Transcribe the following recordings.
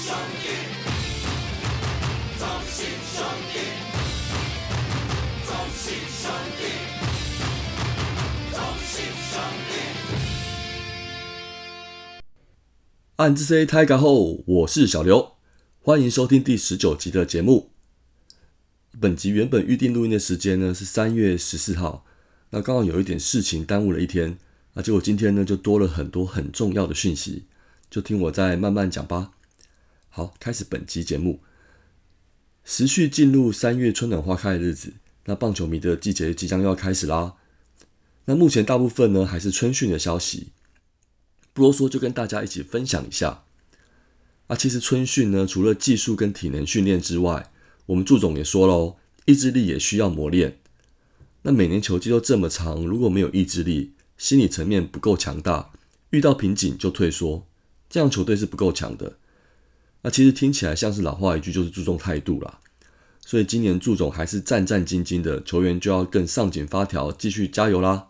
兄弟，中信兄弟，中信兄弟，中信兄弟。 暗之 C 太嘎后，我是小刘，欢迎收听第19集的节目。本集原本预定录音的时间呢是3月14号，那刚好有一点事情耽误了一天，那结果今天呢就多了很多很重要的讯息，就听我再慢慢讲吧。好，开始本集节目。时序进入3月春暖花开的日子，那棒球迷的季节即将又要开始啦。那目前大部分呢还是春训的消息，不啰嗦就跟大家一起分享一下。其实春训呢，除了技术跟体能训练之外，我们祝总也说咯，意志力也需要磨练。那每年球季都这么长，如果没有意志力，心理层面不够强大，遇到瓶颈就退缩，这样球队是不够强的。那其实听起来像是老话一句，就是注重态度啦。所以今年祝总还是战战兢兢的，球员就要更上紧发条，继续加油啦。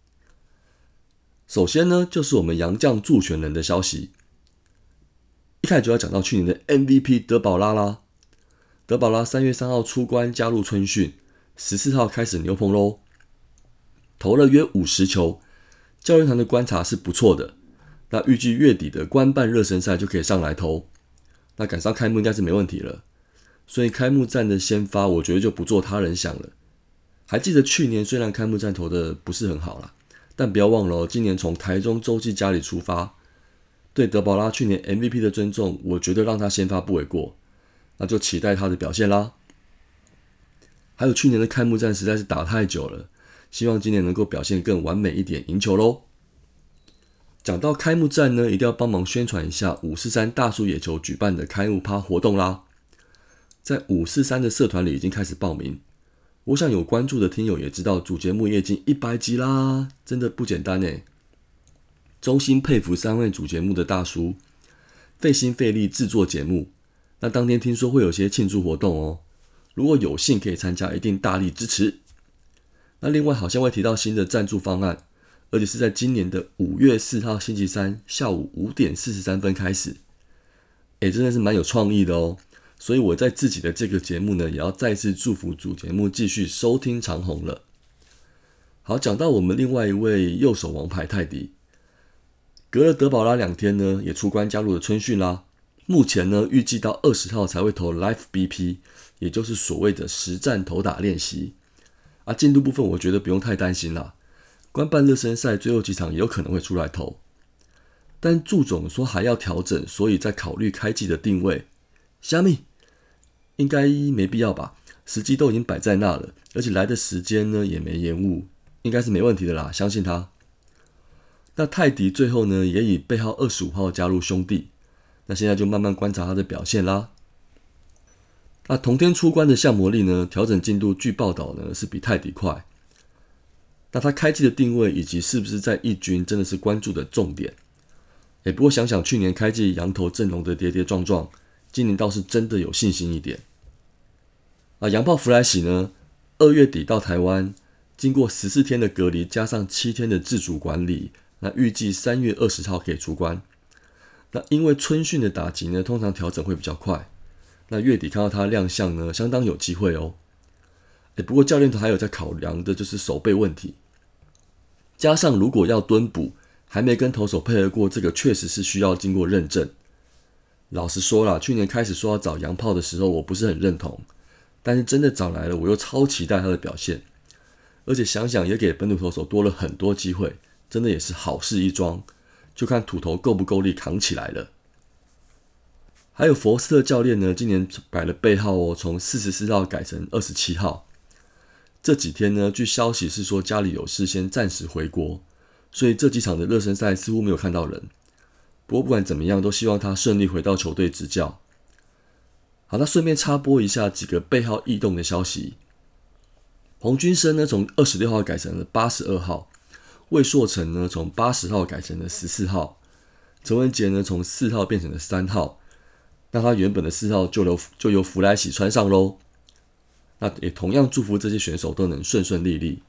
首先呢，就是我们洋将祝全人的消息。一开始就要讲到去年的 MVP 德保拉啦。德保拉3月3号出关加入春训，14号开始牛棚咯，投了约50球，教练团的观察是不错的。那预计月底的官办热身赛就可以上来投，那赶上开幕应该是没问题了。所以开幕战的先发，我觉得就不做他人想了。还记得去年虽然开幕战投的不是很好啦，但不要忘了今年从台中洲际家里出发，对德保拉去年 MVP 的尊重，我觉得让他先发不为过。那就期待他的表现啦。还有去年的开幕战实在是打太久了，希望今年能够表现更完美一点，赢球咯。讲到开幕战呢，一定要帮忙宣传一下543大叔野球举办的开幕趴活动啦。在543的社团里已经开始报名，我想有关注的听友也知道，主节目也已经100集啦，真的不简单耶。衷心佩服3位主节目的大叔，费心费力制作节目。那当天听说会有些庆祝活动哦，如果有幸可以参加，一定大力支持。那另外好像会提到新的赞助方案，而且是在今年的5月4号星期三下午5点43分开始。真的是蛮有创意的哦。所以我在自己的这个节目呢，也要再次祝福主节目继续收听长红了。好，讲到我们另外一位右手王牌泰迪，隔了德保拉2天呢，也出关加入了春训啦。目前呢，预计到20号才会投 Live BP， 也就是所谓的实战投打练习。进度部分我觉得不用太担心啦，官办热身赛最后几场也有可能会出来投。但祝总说还要调整，所以在考虑开季的定位。虾米？应该没必要吧，时机都已经摆在那了，而且来的时间呢也没延误，应该是没问题的啦，相信他。那泰迪最后呢也以背号25号加入兄弟，那现在就慢慢观察他的表现啦。那同天出关的向魔力呢，调整进度据报道呢是比泰迪快。那他开季的定位以及是不是在一军真的是关注的重点。不过想想去年开季洋投阵容的跌跌撞撞，今年倒是真的有信心一点。洋炮弗莱喜呢，2月底到台湾，经过14天的隔离，加上7天的自主管理，那预计3月20号可以出关。那因为春训的打击呢，通常调整会比较快。那月底看到他亮相呢，相当有机会哦。不过教练团还有在考量的就是守备问题，加上如果要蹲捕，还没跟投手配合过，这个确实是需要经过认证。老实说啦，去年开始说要找洋炮的时候，我不是很认同，但是真的找来了，我又超期待他的表现。而且想想也给本土投手多了很多机会，真的也是好事一桩，就看土投够不够力扛起来了。还有佛斯特教练呢，今年改了背号哦，从44号改成27号。这几天呢，据消息是说家里有事先暂时回国，所以这几场的热身赛似乎没有看到人。不过不管怎么样，都希望他顺利回到球队执教。好，那顺便插播一下几个背号异动的消息。洪君生呢，从26号改成了82号；魏硕成呢，从80号改成了14号；陈文杰呢，从4号变成了3号。那他原本的4号就由弗莱喜穿上咯。那也同样祝福这些选手都能顺顺利利。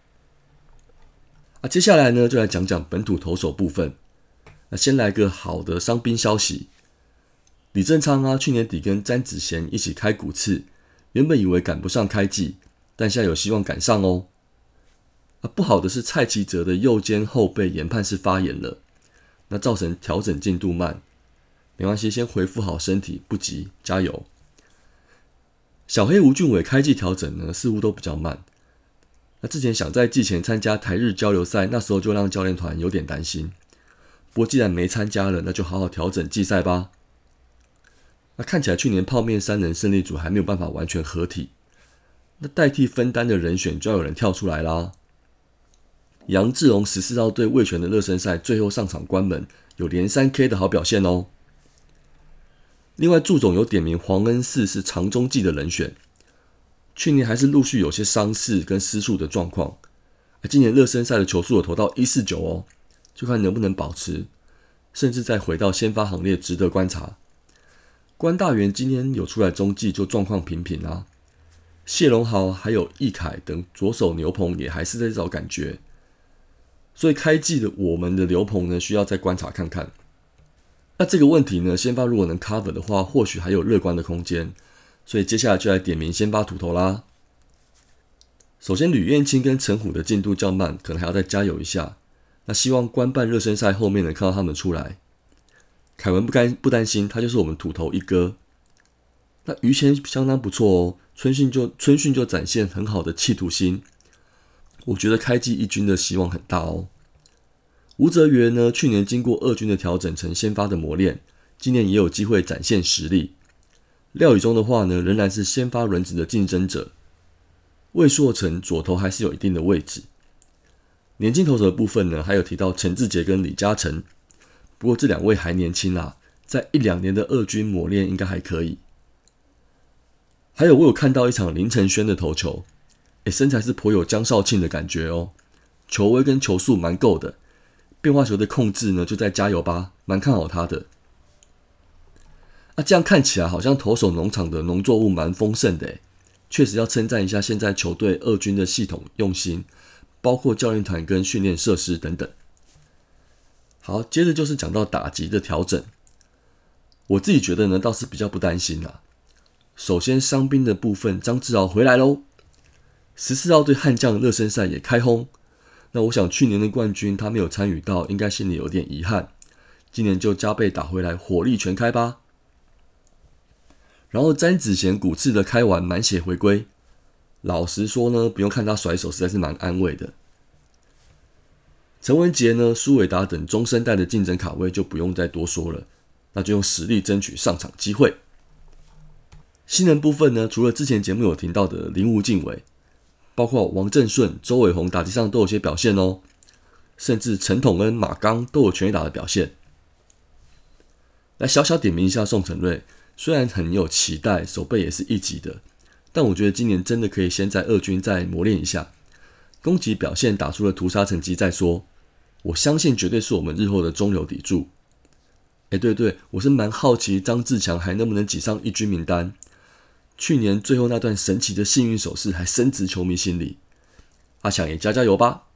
接下来呢，就来讲讲本土投手部分。那先来个好的伤兵消息。 李正昌啊，去年底跟詹子贤一起开骨刺，原本以为赶不上开季，但现在有希望赶上哦。不好的是蔡奇哲的右肩后背研判是发炎了，那造成调整进度慢。没关系，先恢复好身体，不急，加油。小黑吴俊伟开季调整呢，似乎都比较慢。那之前想在季前参加台日交流赛，那时候就让教练团有点担心。不过既然没参加了，那就好好调整季赛吧。那看起来去年泡面三人胜利组还没有办法完全合体，那代替分担的人选就要有人跳出来啦。杨志荣14号对味全的热身赛最后上场关门，有连3 K 的好表现哦。另外祝总有点名黄恩赐是长中继的人选，去年还是陆续有些伤势跟失速的状况，今年热身赛的球速有投到149哦，就看能不能保持，甚至再回到先发行列，值得观察。关大元今天有出来中继，就状况平平啊。谢龙豪还有易凯等左手牛棚也还是在找感觉，所以开季的我们的牛棚呢，需要再观察看看。那这个问题呢，先发如果能 cover 的话，或许还有乐观的空间。所以接下来就来点名先发土头啦。首先吕彦青跟陈虎的进度较慢，可能还要再加油一下。那希望官办热身赛后面能看到他们出来。凯文不担心，他就是我们土头一哥。那于谦相当不错哦，春训就展现很好的企图心，我觉得开季一军的希望很大哦。吴哲源呢，去年经过二军的调整成先发的磨练，今年也有机会展现实力。廖宇中的话呢，仍然是先发轮值的竞争者。魏硕成左投还是有一定的位置。年轻投手的部分呢，还有提到陈志杰跟李嘉诚，不过这两位还年轻啦，在1-2年的二军磨练应该还可以。还有我有看到一场林承轩的投球，身材是颇有江少庆的感觉哦，球威跟球速蛮够的，变化球的控制呢就再加油吧，蛮看好他的。这样看起来好像投手农场的农作物蛮丰盛的，确实要称赞一下现在球队二军的系统用心，包括教练团跟训练设施等等。好，接着就是讲到打击的调整，我自己觉得呢倒是比较不担心啦。首先伤兵的部分，张志豪回来咯，14号对悍将热身赛也开轰。那我想去年的冠军他没有参与到，应该心里有点遗憾，今年就加倍打回来，火力全开吧。然后詹子贤骨刺的开完满血回归，老实说呢，不用看他甩手，实在是蛮安慰的。陈文杰呢、苏伟达等中生代的竞争卡位就不用再多说了，那就用实力争取上场机会。新人部分呢，除了之前节目有提到的林吴敬伟，包括王正顺、周伟宏打击上都有些表现哦，甚至陈统恩、马刚都有全垒打的表现。来小小点名一下宋承瑞，虽然很有期待，手背也是一级的，但我觉得今年真的可以先在二军再磨练一下，攻击表现打出了屠杀成绩再说。我相信绝对是我们日后的中流砥柱。对，我是蛮好奇张志强还能不能挤上一军名单。去年最后那段神奇的幸运手势还深植球迷心里，阿强也加油吧！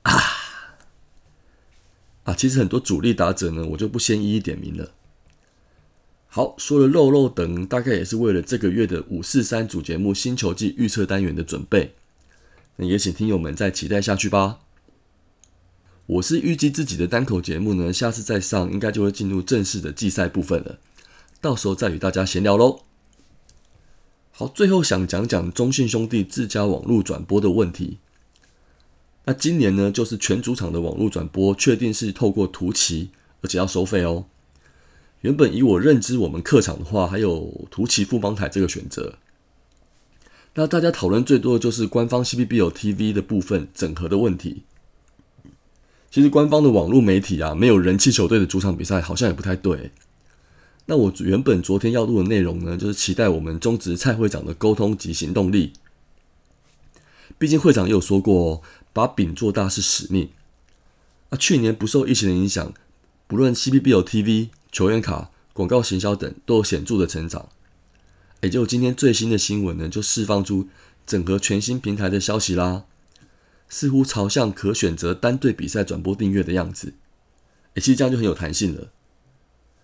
其实很多主力打者呢，我就不先一一点名了。好，说了肉等，大概也是为了这个月的543主节目新球季预测单元的准备。那也请听友们再期待下去吧。我是预计自己的单口节目呢，下次再上应该就会进入正式的季赛部分了，到时候再与大家闲聊咯。好，最后想讲讲中信兄弟自家网络转播的问题。那今年呢，就是全主场的网络转播确定是透过图奇，而且要收费哦。原本以我认知，我们客场的话还有图奇富邦台这个选择。那大家讨论最多的就是官方 CBBL TV 的部分整合的问题。其实官方的网络媒体没有人气球队的主场比赛好像也不太对。那我原本昨天要录的内容呢，就是期待我们中职蔡会长的沟通及行动力。毕竟会长也有说过把饼做大是使命。去年不受疫情的影响，不论 CBBL TV、球员卡、广告行销等都有显著的成长。结果今天最新的新闻呢，就释放出整合全新平台的消息啦。似乎朝向可选择单队比赛转播订阅的样子，其实这样就很有弹性了。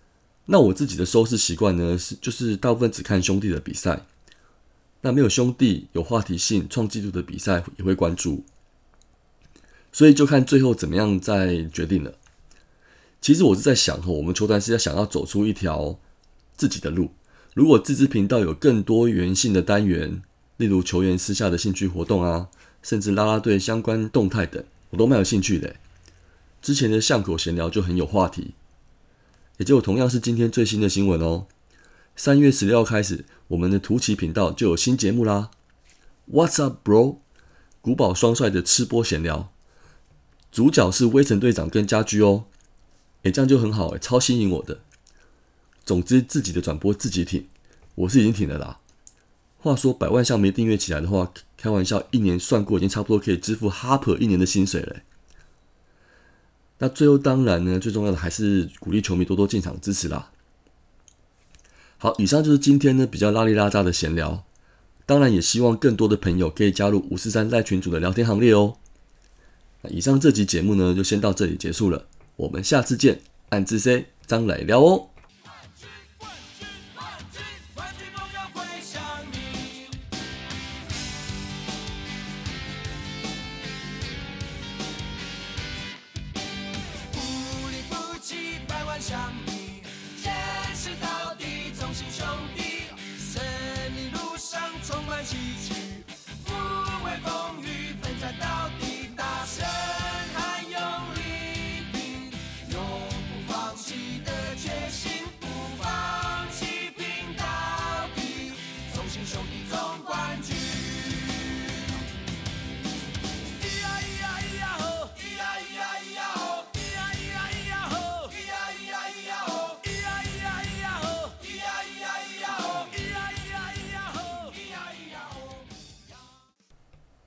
那我自己的收视习惯呢，就是大部分只看兄弟的比赛。那没有兄弟有话题性、创纪录的比赛也会关注，所以就看最后怎么样再决定了。其实我是在想，我们球团是想要走出一条自己的路。如果自制频道有更多元性的单元，例如球员私下的兴趣活动啊，甚至啦啦队相关动态等，我都蛮有兴趣的。之前的巷口闲聊就很有话题，也就同样是今天最新的新闻哦。3月16号开始，我们的图奇频道就有新节目啦。What's up, bro？ 古堡双帅的吃播闲聊，主角是威城队长跟家居哦。这样就很好，超吸引我的。总之，自己的转播自己挺，我是已经挺了啦。话说100万项没订阅起来的话，开玩笑，一年算过已经差不多可以支付 Harper 1年的薪水了。那最后当然呢，最重要的还是鼓励球迷多多进场支持啦。好，以上就是今天呢比较拉里拉扎的闲聊，当然也希望更多的朋友可以加入543赖群组的聊天行列哦。那以上这集节目呢就先到这里结束了，我们下次见，按自 C 张来聊哦。